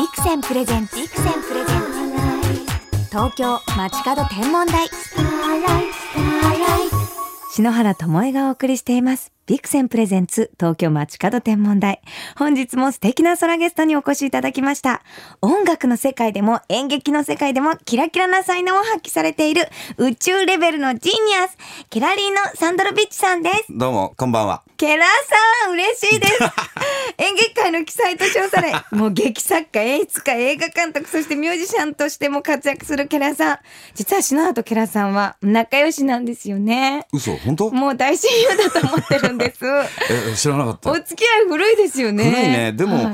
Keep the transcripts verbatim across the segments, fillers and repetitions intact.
ビクセンプレゼンツビクセンプレゼンツ東京街角天文台篠原智恵がお送りしていますビクセンプレゼンツ東京街角天文台。本日も素敵な空ゲストにお越しいただきました。音楽の世界でも演劇の世界でもキラキラな才能を発揮されている宇宙レベルのジーニアスケラリーノ・サンドロビッチさんです。 どうもこんばんは。 ケラさん嬉しいです演劇界の奇才と称されもう劇作家、演出家、映画監督、そしてミュージシャンとしても活躍するケラさん。実は篠原とケラさんは仲良しなんですよね。 嘘？本当？ もう大親友だと思ってるんですえ、知らなかった。 お付き合い古いですよね。 古いね。でも、 はい、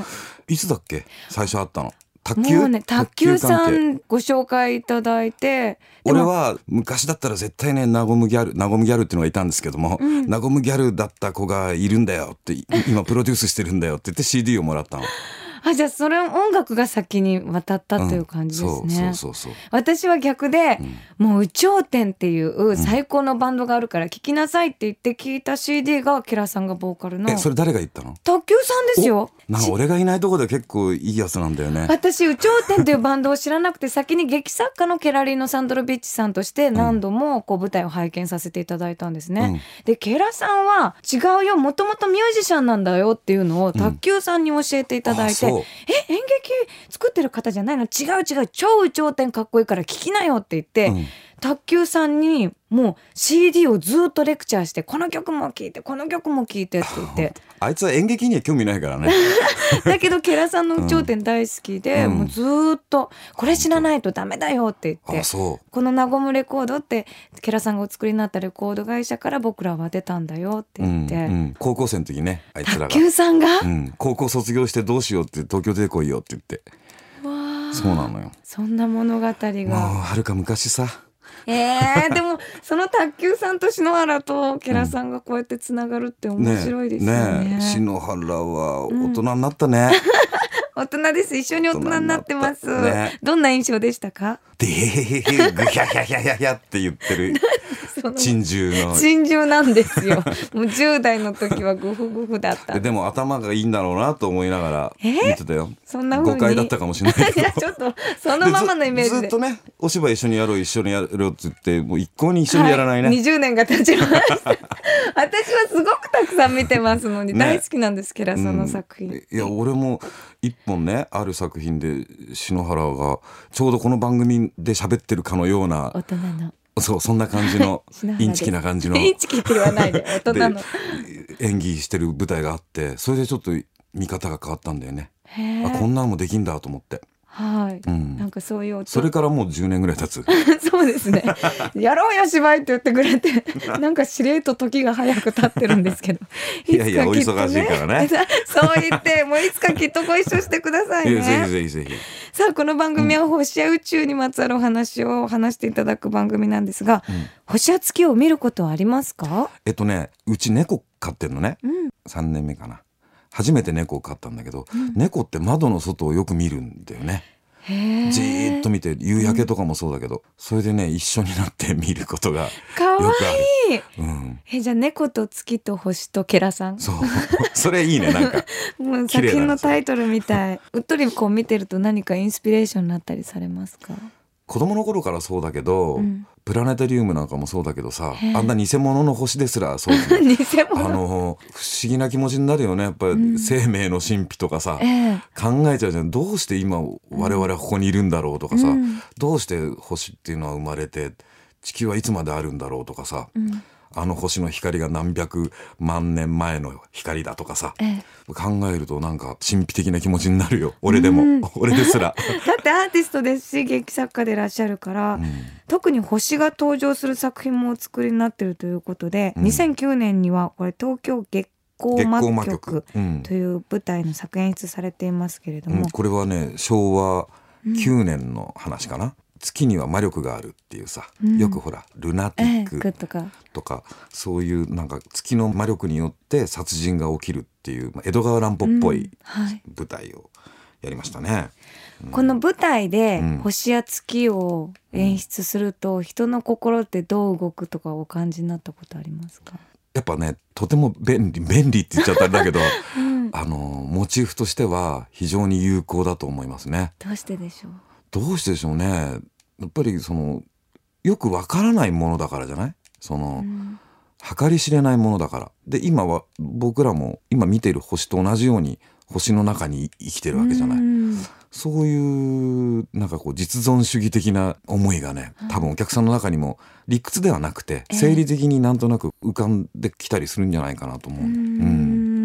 いつだっけ最初会ったの。卓球？ もうね、卓球さんご紹介いただいて、 俺は昔だったら絶対ねナゴムギャルナゴムギャルっていうのがいたんですけども、うん、ナゴムギャルだった子がいるんだよって今プロデュースしてるんだよって言って シーディー をもらったのあ、じゃあそれ音楽が先に渡ったという感じですね、うん、そうそうそうそう。私は逆で、うん、もう有頂天っていう最高のバンドがあるから聞きなさいって言って聞いた シーディー がケラさんがボーカルの。 え、それ誰が言ったの？ 卓球さんですよ。 なんか俺がいないとこで結構いいやつなんだよね。 私有頂天というバンドを知らなくて先に劇作家のケラリーノ・サンドロビッチさんとして何度もこう舞台を拝見させていただいたんですね、うん、でケラさんは違うよ、もともとミュージシャンなんだよっていうのを卓球さんに教えていただいて、うん、え演劇作ってる方じゃないの？違う違う、超有頂天かっこいいから聞きなよって言って、うん、卓球さんにもう シーディー をずっとレクチャーして、この曲も聴いてこの曲も聴いてって言ってあいつは演劇には興味ないからねだけどケラさんの有頂天大好きで、うん、もうずっとこれ知らないとダメだよって言って、 あ、そう、 このナゴムレコードってケラさんがお作りになったレコード会社から僕らは出たんだよって言って、うんうん、 高校生の時ね、あいつらが卓球さんが、 うん、高校卒業してどうしようって東京出てこいよって言って、 わそうなのよ。 そんな物語がもうはるか昔さ。 えー、でもその卓球さんと篠原とケラさんがこうやってつながるって面白いですよね。 ねえ、篠原は大人になったね、 うん、大人です。一緒に大人になってます、ね、どんな印象でしたか？ でーぐひゃひゃひゃひゃひゃって言ってる珍獣の珍獣なんですよもうじゅう代の時はグフグフだったで。 でも頭がいいんだろうなと思いながら見てたよ。 そんな風に誤解だったかもしれないけどいやちょっとそのままのイメージでず, ずっとねお芝居一緒にやろう一緒にやろうって言ってもう一向に一緒にやらないね、 はい、にじゅうねんが経ちました私はすごくたくさん見てますのに、ね、大好きなんですケラさんの作品、うん、 いや俺も一本ねある作品で篠原がちょうどこの番組で喋ってるかのような大人のそうそんな感じのインチキな感じのインチキではないで大人の演技してる舞台があって、それでちょっと見方が変わったんだよね。あ、こんなのもできんだと思って、 はい、 うん、 なんかそういうそれからもうじゅうねんぐらい経つそうですねやろうよ芝居って言ってくれてなんかしれっと時が早く経ってるんですけどいやいや、お忙しいからねそう言ってもういつかきっとご一緒してくださいね。 いやぜひぜひぜひ。 さあこの番組は星や宇宙にまつわるお話を話していただく番組なんですが、うん、星や月を見ることはありますか？ えっとねうち猫飼ってんのね、 うん、 さんねんめかな。初めて猫を飼ったんだけど、うん、猫って窓の外をよく見るんだよね。 へじーっと見て夕焼けとかもそうだけど、うん、それでね一緒になって見ることがよくある。 かわいい、 うん、 えじゃあ猫と月と星とケラさん。 そうそれいいね。なんかもう作品のタイトルみたい。うっとりこう見てると何かインスピレーションになったりされますか？ 子供の頃からそうだけど、うん、プラネタリウムなんかもそうだけどさ、あんな偽物の星ですらそうだ、ね、 偽物あの不思議な気持ちになるよねやっぱり、うん、生命の神秘とかさ、 えー、 考えちゃうじゃん。どうして今我々はここにいるんだろうとかさ、 うん、どうして星っていうのは生まれて地球はいつまであるんだろうとかさ、 うん、 あの星の光が何百万年前の光だとかさ、 ええ、考えるとなんか神秘的な気持ちになるよ俺でも、うん、俺ですらだってアーティストですし劇作家でいらっしゃるから、うん、特に星が登場する作品もお作りになっているということで、うん、にせんきゅうねんにはこれ東京月光魔曲という舞台の作演出されていますけれども、 うん、これはねしょうわきゅうねんの話かな、うん、月には魔力があるっていうさ、うん、よくほらルナティック、 えー、とかとかそういうなんか月の魔力によって殺人が起きるっていう、まあ、江戸川乱歩っぽい舞台をやりましたね、うんはいうん、この舞台で星や月を演出すると、うん、人の心ってどう動くとかお感じになったことありますか？ やっぱねとても便利便利って言っちゃったんだけど、うん、 、 あのモチーフとしては非常に有効だと思いますね。 どうしてでしょう。 どうしてでしょうね。やっぱりそのよくわからないものだからじゃない。その、うん、計り知れないものだから。で今は僕らも今見ている星と同じように星の中に生きてるわけじゃない。うん、そういうなんかこう実存主義的な思いがね、多分お客さんの中にも理屈ではなくて生理的になんとなく浮かんできたりするんじゃないかなと思う。うん、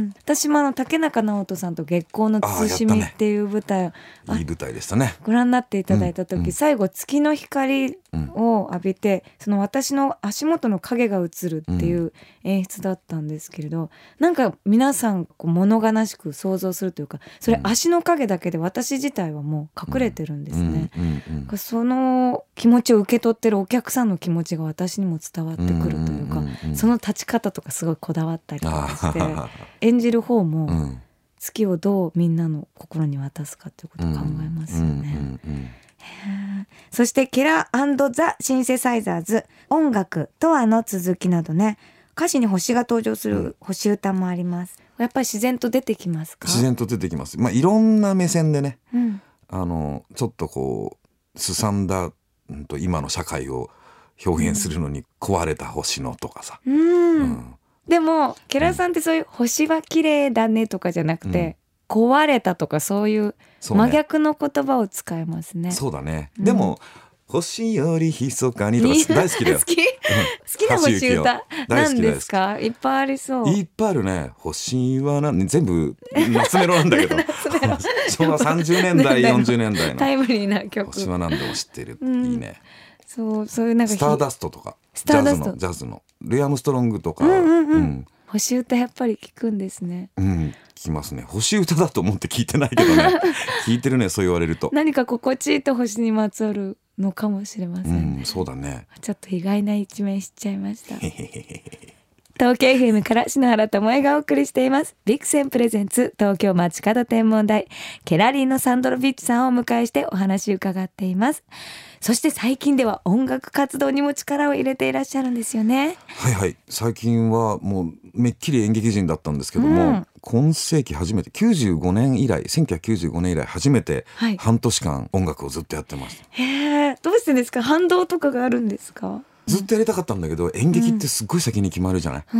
私もあの竹中直人さんと月光の慎みっていう舞台を、ね、 いい舞台でしたね。 ご覧になっていただいた時、うんうん、最後月の光を浴びて、うん、その私の足元の影が映るっていう演出だったんですけれど、うん、なんか皆さんこう物悲しく想像するというか、それ足の影だけで私自体はもう隠れてるんですね、うんうんうん、その気持ちを受け取ってるお客さんの気持ちが私にも伝わってくるというか、うんうんうんうん、その立ち方とかすごいこだわったりとかして演じる方も月をどうみんなの心に渡すかということを考えますよね、うんうんうんうん、そしてケラ&ザ・シンセサイザーズ音楽とはの続きなどね、歌詞に星が登場する星歌もあります、うん、やっぱり自然と出てきますか？ 自然と出てきます、まあ、いろんな目線でね、うん、あのちょっとこうすさんだ、うん、と今の社会を表現するのに壊れた星のとかさ、うんうん、 でもケラさんってそういう星は綺麗だねとかじゃなくて、うん、壊れたとかそういう真逆の言葉を使いますね。 そうだね、うん、でも星より密かにとか大好きだよ。 好き、うん、好きな星歌なんですか？いっぱいありそう。 いっぱいあるね。星はな全部夏メロなんだけど昭和さんじゅうねんだいよんじゅうねんだいのタイムリーな曲。 星は何でも知ってる、うん、いいね。 そうそういうなんかスターダストとかスターダストジャズのジャズのルイ・アームストロングとか、うんうんうんうん、 星歌やっぱり聞くんですね。 うん、聞きますね。星歌だと思って聞いてないけどね聞いてるね、そう言われると。 何か心地いいと星にまつわるのかもしれませんね、 うん、そうだね。 ちょっと意外な一面知っちゃいました東京 エフエム から篠原智恵がお送りしていますビクセンプレゼンツ東京街角天文台、ケラリーのサンドロビッチさんをお迎えしてお話伺っています。そして最近では音楽活動にも力を入れていらっしゃるんですよね。 はいはい、最近はもうめっきり演劇人だったんですけども、うん、今世紀初めてきゅうじゅうごねん以来せんきゅうひゃくきゅうじゅうごねん以来初めて半年間音楽をずっとやってます、 はい、へー、どうしてですか？反動とかがあるんですか？ ずっとやりたかったんだけど、演劇ってすっごい先に決まるじゃない、うん、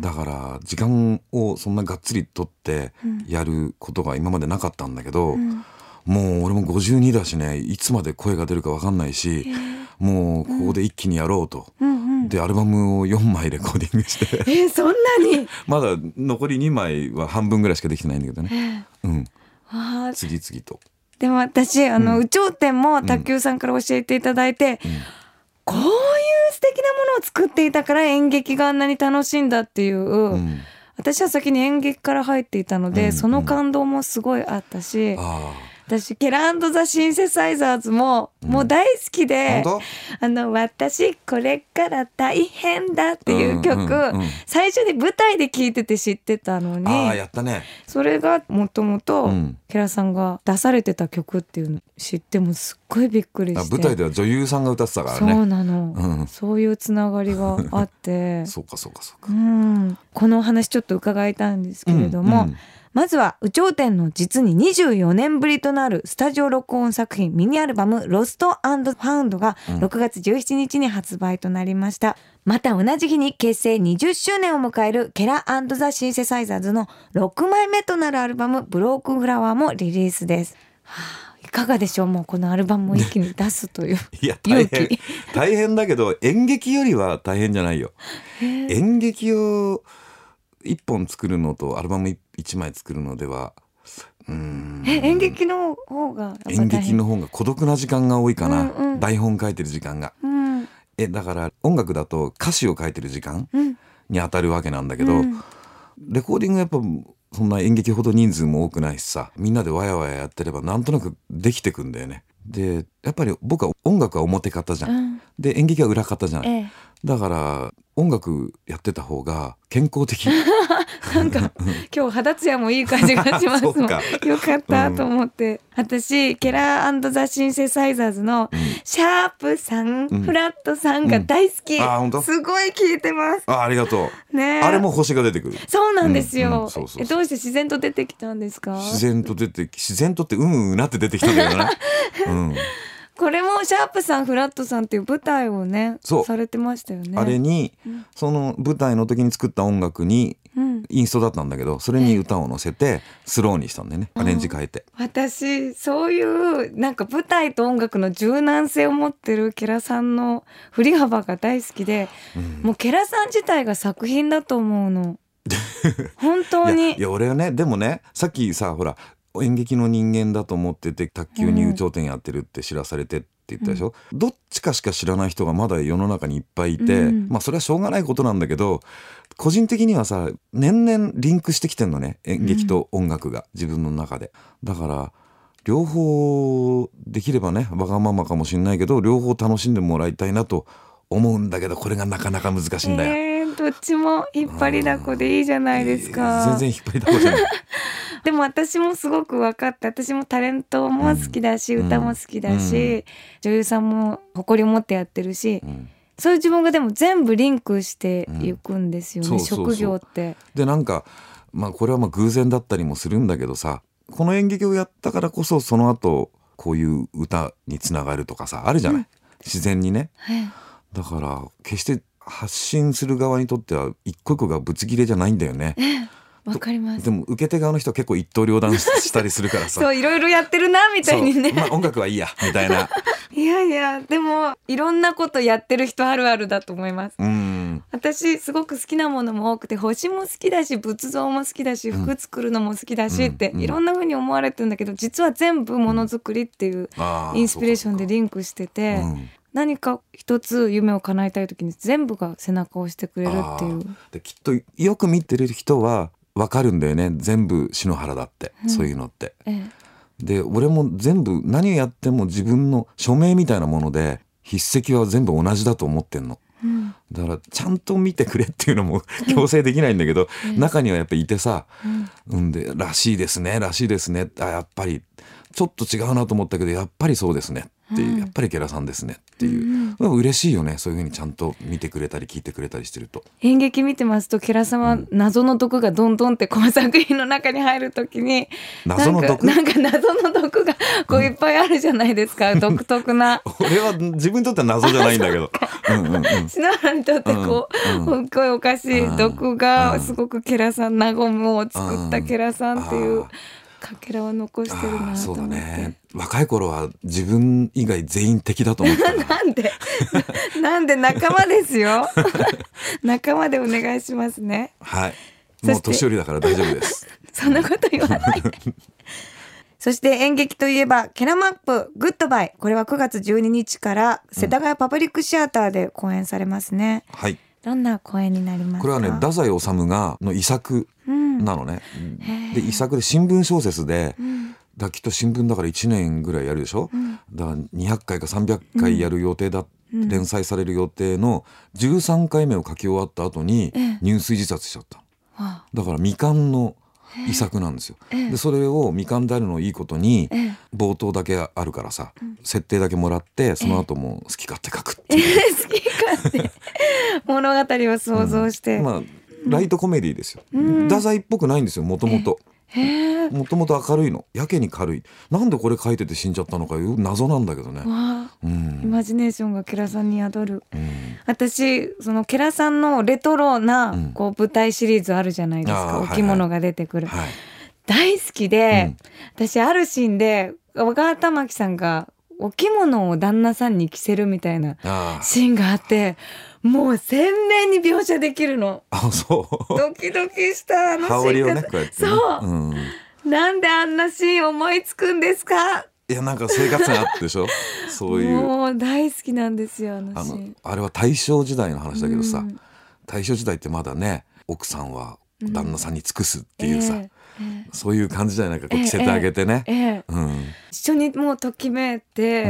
だから時間をそんながっつりとってやることが今までなかったんだけど、うん、もう俺もごじゅうにだしね、いつまで声が出るか分かんないし、もうここで一気にやろうと、うんうんうん、でアルバムをよんまいレコーディングしてえー、そんなにまだ残りにまいは半分ぐらいしかできてないんだけどね、うん、次々と。 でも私あの、うん、有頂天も卓球さんから教えていただいて、うん、こういう素敵なものを作っていたから演劇があんなに楽しいんだっていう、うん、私は先に演劇から入っていたので、うんうん、その感動もすごいあったし、あ、私ケラ&ザ・シンセサイザーズももう大好きで、うん、あの私これから大変だっていう曲、うんうんうん、最初に舞台で聴いてて知ってたのに、 あ、やったね。それがもともとケラさんが出されてた曲っていうの知ってもすっごいびっくりして。 舞台では女優さんが歌ってたからね。 そうなの、うん、そういうつながりがあってそうかそうかそうか、 うん、このお話ちょっと伺いたいんですけれども、うんうん、まずは有頂天の実ににじゅうよねんぶりとなるスタジオ録音作品ミニアルバムロスト&ファウンドがろくがつじゅうしちにちに発売となりました、うん、また同じ日に結成にじゅっしゅうねんを迎えるケラ&ザ・シンセサイザーズのろくまいめとなるアルバムブロークンフラワーもリリースです、はあ、いかがでしょう？もうこのアルバムを一気に出すといういや大変大変だけど演劇よりは大変じゃないよ。演劇をいっぽん作るのとアルバムいちまい作るのでは、うーん、 え演劇の方が演劇の方が孤独な時間が多いかな、うんうん、台本書いてる時間が、うん、えだから音楽だと歌詞を書いてる時間に当たるわけなんだけど、うん、レコーディングやっぱそんな演劇ほど人数も多くないしさ、みんなでワヤワヤやってればなんとなくできてくんだよね。でやっやっぱり僕は音楽は表方じゃん、 うん、 で演劇は裏方じゃん、 ええ、 だから音楽やってた方が健康的なんか今日肌ツヤもいい感じがしますもんそうかよかったと思って、うん、私ケラー&ザ・シンセサイザーズのシャープさん、うん、フラットさんが大好き、うん、あ、本当？すごい聴いてます。 あ, ありがとう、 ね、 あれも星が出てくる。 そうなんですよ、うんうん、 そうそうそう。 えどうして自然と出てきたんですか？ 自然と出て自然とってうんうんなって出てきたんだよね、うん、 これもシャープさんフラットさんっていう舞台をねされてましたよね。 あれに、うん、その舞台の時に作った音楽に、うん、インストだったんだけど、それに歌を乗せてスローにしたんだよね、アレンジ変えて。 私そういうなんか舞台と音楽の柔軟性を持ってるケラさんの振り幅が大好きで、うん、もうケラさん自体が作品だと思うの本当に。 いや、いや俺はね、でもね、さっきさほら演劇の人間だと思ってて卓球に有頂天やってるって知らされてって言ったでしょ、うん、どっちかしか知らない人がまだ世の中にいっぱいいて、うん、まあそれはしょうがないことなんだけど、個人的にはさ年々リンクしてきてんのね、演劇と音楽が自分の中で。だから両方できればね、わがままかもしれないけど両方楽しんでもらいたいなと思うんだけど、これがなかなか難しいんだよ、 えー、どっちも引っ張りだこでいいじゃないですか。 全然引っ張りだこじゃないでも私もすごく分かって、私もタレントも好きだし、うん、歌も好きだし、うん、女優さんも誇り持ってやってるし、うん、そういう自分がでも全部リンクしていくんですよね、うん、職業って。 でなんか、まあ、これはまあ偶然だったりもするんだけどさ、この演劇をやったからこそその後こういう歌につながるとかさあるじゃない、うん、自然にね、はい、だから決して発信する側にとっては一個一個がブチギレじゃないんだよね。 わかります。 でも受け手側の人は結構一刀両断したりするからさそういろいろやってるなみたいにね、 まあ、音楽はいいやみたいないやいやでもいろんなことやってる人あるあるだと思います。うん、私すごく好きなものも多くて、星も好きだし仏像も好きだし服作るのも好きだしって、うん、いろんな風に思われてるんだけど、実は全部ものづくりっていうインスピレーションでリンクしてて、うん、何か一つ夢を叶えたい時に全部が背中を押してくれるっていう。 できっとよく見てる人はわかるんだよね、全部篠原だって、うん、そういうのって、ええ、で俺も全部何をやっても自分の署名みたいなもので筆跡は全部同じだと思ってんの、うん、だからちゃんと見てくれっていうのも強制できないんだけど、うん、中にはやっぱりいてさ、うん、うんでらしいですねらしいですね、あやっぱりちょっと違うなと思ったけどやっぱりそうですねっていう、うん、やっぱりケラさんですねっていう、うん、嬉しいよね、そういう風にちゃんと見てくれたり聞いてくれたりしてると。 演劇見てますとケラさんは謎の毒がどんどんってこの作品の中に入るときに、 うん、謎の毒なんか謎の毒がこういっぱいあるじゃないですか、うん、独特な俺は自分にとっては謎じゃないんだけどうんうん、うん、 篠原にとってこう、うん、すっごいおかしい毒がすごくケラさん、ナゴムを作ったケラさんっていうかけらを残してるなと思って。 そうだね、若い頃は自分以外全員敵だと思ってたなんでなんで仲間ですよ仲間でお願いしますね。 はい、もう年寄りだから大丈夫ですそんなこと言わないでそして演劇といえばケラマップグッドバイ、これはくがつじゅうににちから世田谷パブリックシアターで公演されますね、うん、はい、どんな公演になりますか？ これはね太宰治がの遺作なのね、うん、で遺作で新聞小説で、うん、だきっと新聞だからいちねんぐらいやるでしょ、うん、だからにひゃっかいかさんびゃっかいやる予定だ、うん、連載される予定のじゅうさんかいめを書き終わった後に入水自殺しちゃった、うん、だから未完の遺作なんですよ。でそれを未完であるのをいいことに冒頭だけあるからさ、設定だけもらってその後も好き勝手書くっていう好き勝手物語を想像して、 うん、まあライトコメディですよ、うん、太宰っぽくないんですよ、もともともともと明るいの、やけに軽い、なんでこれ書いてて死んじゃったのかいう謎なんだけどね、うん、 イマジネーションがケラさんに宿る、うん、私そのケラさんのレトロなこう舞台シリーズあるじゃないですか、うん、お着物が出てくる、はいはい、大好きで、うん、私あるシーンで若畑玉木さんがお着物を旦那さんに着せるみたいなシーンがあって、もう鮮明に描写できるの。 あ、そうドキドキしたあのシーン。 羽織をねこうやってね、 そう、うん、なんであんなシーン思いつくんですか。 いやなんか生活があってでしょそういうもう大好きなんですよあのシーン。 あのあれは大正時代の話だけどさ、うん、大正時代ってまだね奥さんは旦那さんに尽くすっていうさ、うんえーえー、そういう感じじゃないか、こう着せてあげてね、えーえーうん、 一緒にもうときめいて、うん、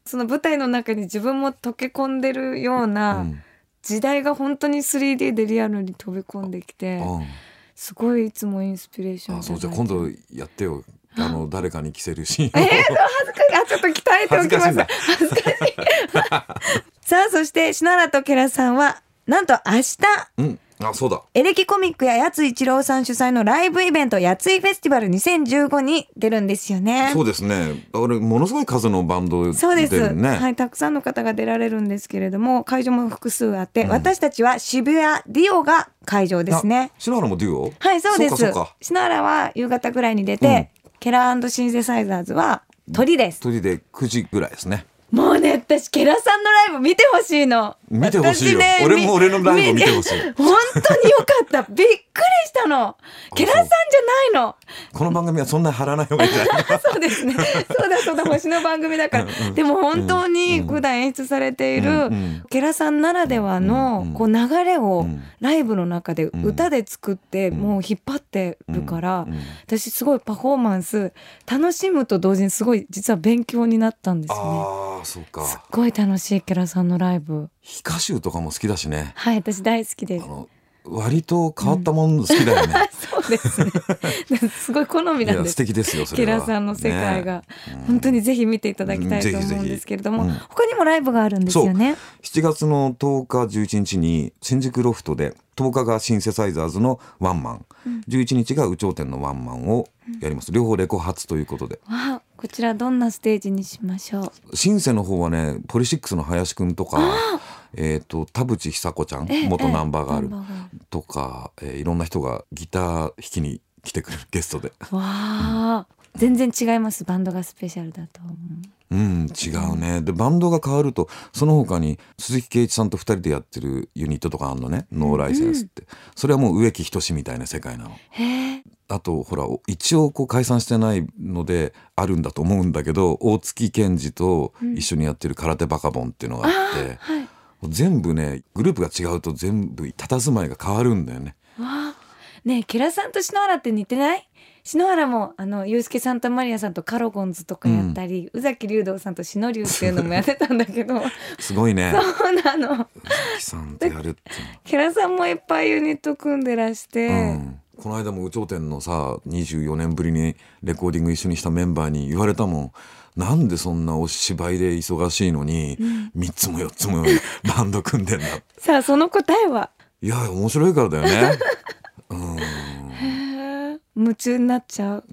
その舞台の中に自分も溶け込んでるよううなん時代が本当に スリーディー でリアルに飛び込んできて、 うん、 すごいいつもインスピレーションあいただいて。 そうじゃあ今度やってよ、あの誰かに着せるシーンえー、恥ずかしい。あ、ちょっと鍛えておきます。恥ずかしい。さあ、そして篠原とケラさんはなんと明日、 うん、あそうだ、 エレキコミックややつ一郎さん主催のライブイベントやついフェスティバルにせんじゅうごに出るんですよね。 そうですね、俺ものすごい数のバンドそうです、 出るね。 はい、たくさんの方が出られるんですけれども、会場も複数あって、 うん、 私たちは渋谷ディオが会場ですね。 篠原もデュオ？ はいそうです。 そうかそうか、 篠原は夕方ぐらいに出て、うん、ケラー&シンセサイザーズは鳥です。 鳥でくじぐらいですね。 もうね、私ケラさんのライブ見てほしいの。 見てほしいよ、 ね、 俺も俺のライブを見てほしい。 本当によかったびっくりしたの。ケラさんじゃないの。 この番組はそんなに張らない方がいいんじゃないそうですね、そうだそうだ、星の番組だからうん、うん、でも本当に普段演出されている、うんうん、ケラさんならではのこう流れをライブの中で歌で作ってもう引っ張ってるから、うんうん、私すごいパフォーマンス楽しむと同時にすごい実は勉強になったんですね。 あ、そうか、 すっごい楽しいケラさんのライブ。 ヒカシュとかも好きだしね。 はい、私大好きです。 あの割と変わったもの好きだよね、 うん、そうですねすごい好みなんです。 いや素敵ですよそれは。 ケラさんの世界が、ね、本当にぜひ見ていただきたいと思うんですけれども、 うん、ぜひぜひ、 他にもライブがあるんですよね。 しちがつのとおかじゅういちにちに新宿ロフトで、とおかがシンセサイザーズのワンマン、うん、じゅういちにちが有頂天のワンマンをやります、うん、両方レコ発ということで。 わあ、こちらどんなステージにしましょう。 シンセの方はね、ポリシックスの林くんとか、えー、と田淵久子ちゃん、元ナンバーガールとか、えー、いろんな人がギター弾きに来てくれる、ゲストで。 わあ、うん、全然違います、バンドがスペシャルだと思う。 うん、違うね。でバンドが変わるとその他に鈴木圭一さんとふたりでやってるユニットとかあんのね、ノーライセンスって、うん、それはもう植木等みたいな世界なの。 へー。 あとほら一応こう解散してないのであるんだと思うんだけど、大月健二と一緒にやってる空手バカボンっていうのがあって、うん、はい、全部ねグループが違うと全部佇まいが変わるんだよね。 わあ、ねえ、ケラさんと篠原って似てない？篠原もあのユースケ・サンタマリアさんとカロゴンズとかやったり、うん、宇崎竜童さんと篠竜っていうのもやってたんだけどすごいね。 そうなの。 宇崎さんとやるってケラさんもいっぱいユニット組んでらして、うん、 この間も有頂天のさにじゅうよねんぶりにレコーディング一緒にしたメンバーに言われたもん。なんでそんなお芝居で忙しいのに、うん、みっつもよっつもバンド組んでんださあその答えは？ いや面白いからだよねうん、 へー、夢中になっちゃう、 うん、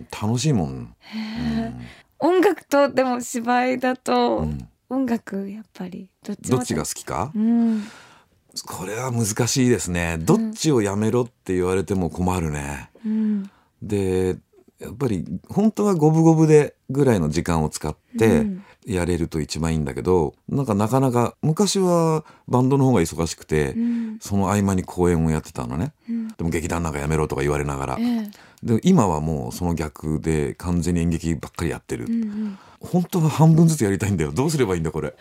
楽しいもん。 へー、うん、音楽とでも芝居だと、うん、音楽やっぱりどっちもどっちが好きか、 うん、 これは難しいですね。どっちをやめろって言われても困るね、うん、でやっぱり本当は五分五分でぐらいの時間を使ってやれると一番いいんだけど、うん、なんかなかなか昔はバンドの方が忙しくて、うん、その合間に公演をやってたのね、うん、でも劇団なんかやめろとか言われながら、えー、で今はもうその逆で完全に演劇ばっかりやってる、うんうん、本当は半分ずつやりたいんだよ。どうすればいいんだこれ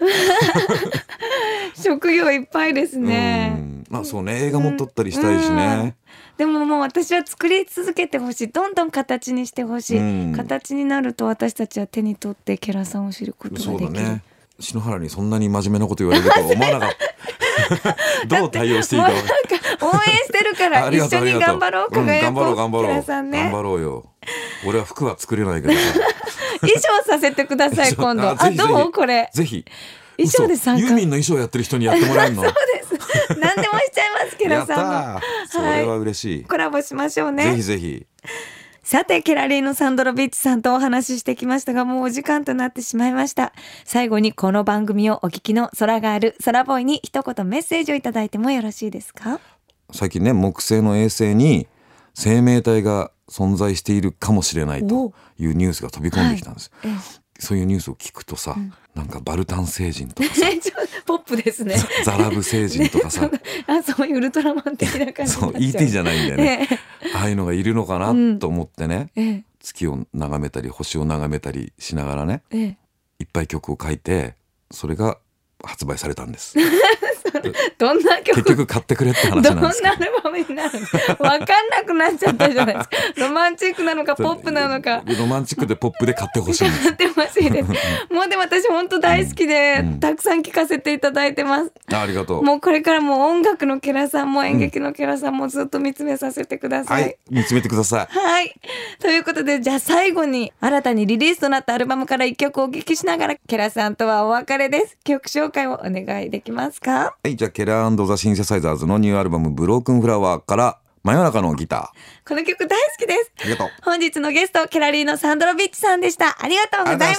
職業いっぱいですね。 うん、まあそうね、映画も撮ったりしたいしね、 うん、でももう私は作り続けてほしい、どんどん形にしてほしい、うん、形になると私たちは手に取ってケラさんを知ることができる。 そうだね、篠原にそんなに真面目なこと言われるとは思わなかったどう対応していいか。 もうなんか応援してるから一緒に頑張ろう、輝こう、うん、頑張ろう頑張ろう、ケラさんね、 頑張ろうよ。俺は服は作れないけど衣装させてください今度。あ、どうこれぜひ衣装で参加。 ユーミンの衣装やってる人にやってもらえるのそうです何でもしちゃいますケラさんの。 やったー、それは嬉しい、はい、 コラボしましょうね。 ぜひぜひ。 さてケラリーノ・サンドロビッチさんとお話ししてきましたが、もうお時間となってしまいました。最後にこの番組をお聞きの空がある空ボーイに一言メッセージをいただいてもよろしいですか？ 最近ね、木星の衛星に生命体が存在しているかもしれないというニュースが飛び込んできたんです、はい、そういうニュースを聞くとさ、うん、なんかバルタン星人とかさポップですね、 ザラブ星人とかさ、ね、 あ、そういうウルトラマン的な感じ。 そう イーティー じゃないんだよね、ええ、ああいうのがいるのかなと思ってね、うんえ、月を眺めたり星を眺めたりしながらね、いっぱい曲を書いてそれが発売されたんですどんな曲結局買ってくれって話どんなアなんですけどルバムになるのわかんなくなっちゃったじゃないですか。ロマンチックなのかポップなのかロマンチックでポップで買ってほしいんです買ってほしいですもうでも私本当大好きで、 うんうん、 たくさん聴かせていただいてます。 あ, ありがとう。 もうこれからも音楽のケラさんも演劇のケラさんもずっと見つめさせてください、 はい、見つめてください。 はい、ということでじゃあ最後に新たにリリースとなったアルバムからいっきょくお聴きしながらケラさんとはお別れです。曲紹介をお願いできますか？ はい、じゃあケラー&ザ・シンセサイザーズのニューアルバムブロークンフラワーから真夜中のギター。 この曲大好きです。 ありがとう。 本日のゲストケラリーのサンドロビッチさんでした。ありがとうございました。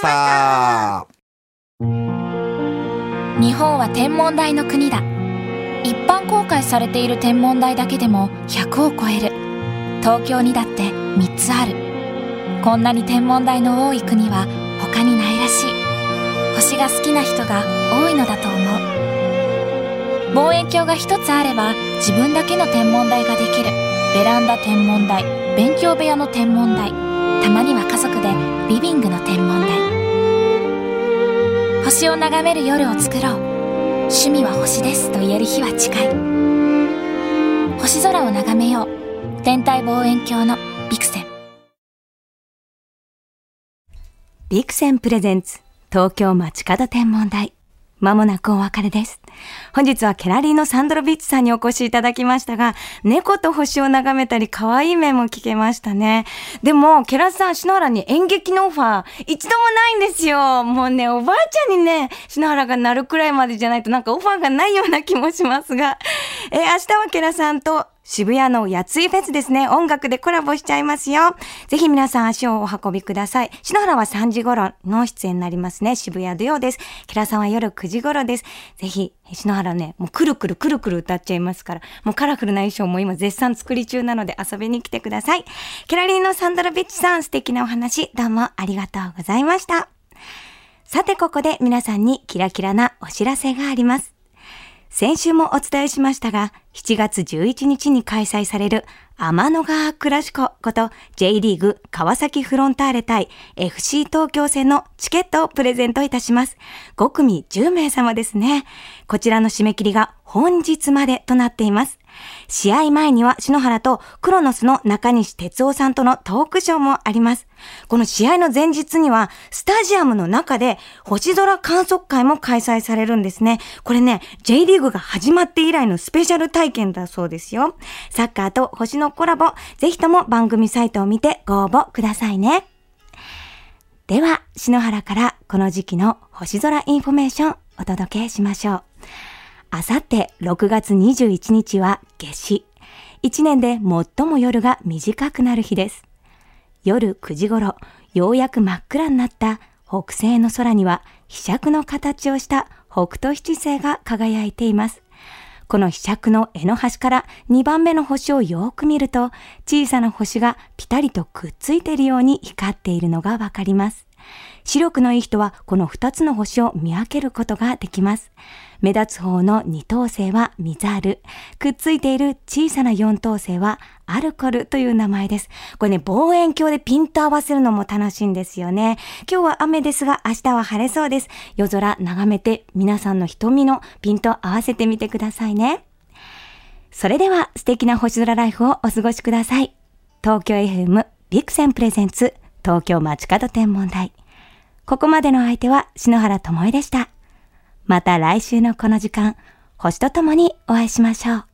日本は天文台の国だ。一般公開されている天文台だけでもひゃくを超える。東京にだってみっつある。こんなに天文台の多い国は他にないらしい。星が好きな人が多いのだと思う。望遠鏡が一つあれば自分だけの天文台ができる。ベランダ天文台、勉強部屋の天文台、たまには家族でリビングの天文台。星を眺める夜を作ろう。趣味は星ですと言える日は近い。星空を眺めよう。天体望遠鏡のビクセン。 ビクセンプレゼンツ東京街角天文台。まもなくお別れです。本日はケラリーのサンドロビッチさんにお越しいただきましたが、猫と星を眺めたり可愛い面も聞けましたね。でもケラさん、篠原に演劇のオファー一度もないんですよ。もうね、おばあちゃんにね、篠原がなるくらいまでじゃないとなんかオファーがないような気もしますが、えー、明日はケラさんと渋谷のやついフェスですね。音楽でコラボしちゃいますよ。ぜひ皆さん足をお運びください。篠原はさんじ頃の出演になりますね。渋谷土曜です。ケラさんは夜くじ頃です。ぜひ篠原ね、もうくるくるくるくる歌っちゃいますから、もうカラフルな衣装も今絶賛作り中なので遊びに来てください。ケラリーのサンドロビッチさん、素敵なお話どうもありがとうございました。さてここで皆さんにキラキラなお知らせがあります。先週もお伝えしましたが、しちがつじゅういちにちに開催される天の川クラシコこと J リーグ川崎フロンターレ対 エフシー 東京戦のチケットをプレゼントいたします。ごくみじゅうめいさまですね。こちらの締め切りが本日までとなっています。試合前には篠原とクロノスの中西哲夫さんとのトークショーもあります。この試合の前日にはスタジアムの中で星空観測会も開催されるんですね。これね、 J リーグが始まって以来のスペシャル体験だそうですよ。サッカーと星のコラボ、ぜひとも番組サイトを見てご応募くださいね。では篠原からこの時期の星空インフォメーションお届けしましょう。あさってろくがつにじゅういちにちは夏至。一年で最も夜が短くなる日です。夜くじ頃、ようやく真っ暗になった北西の空には柄杓の形をした北斗七星が輝いています。この柄杓の柄の端からにばんめの星をよく見ると、小さな星がピタリとくっついているように光っているのがわかります。視力のいい人はこのふたつの星を見分けることができます。目立つ方の二等星はミザル、くっついている小さな四等星はアルコルという名前です。これね、望遠鏡でピント合わせるのも楽しいんですよね。今日は雨ですが明日は晴れそうです。夜空眺めて皆さんの瞳のピント合わせてみてくださいね。それでは素敵な星空ライフをお過ごしください。東京 エフエム ビクセンプレゼンツ東京街角天文台。ここまでの相手は篠原ともえでした。また来週のこの時間、星とともにお会いしましょう。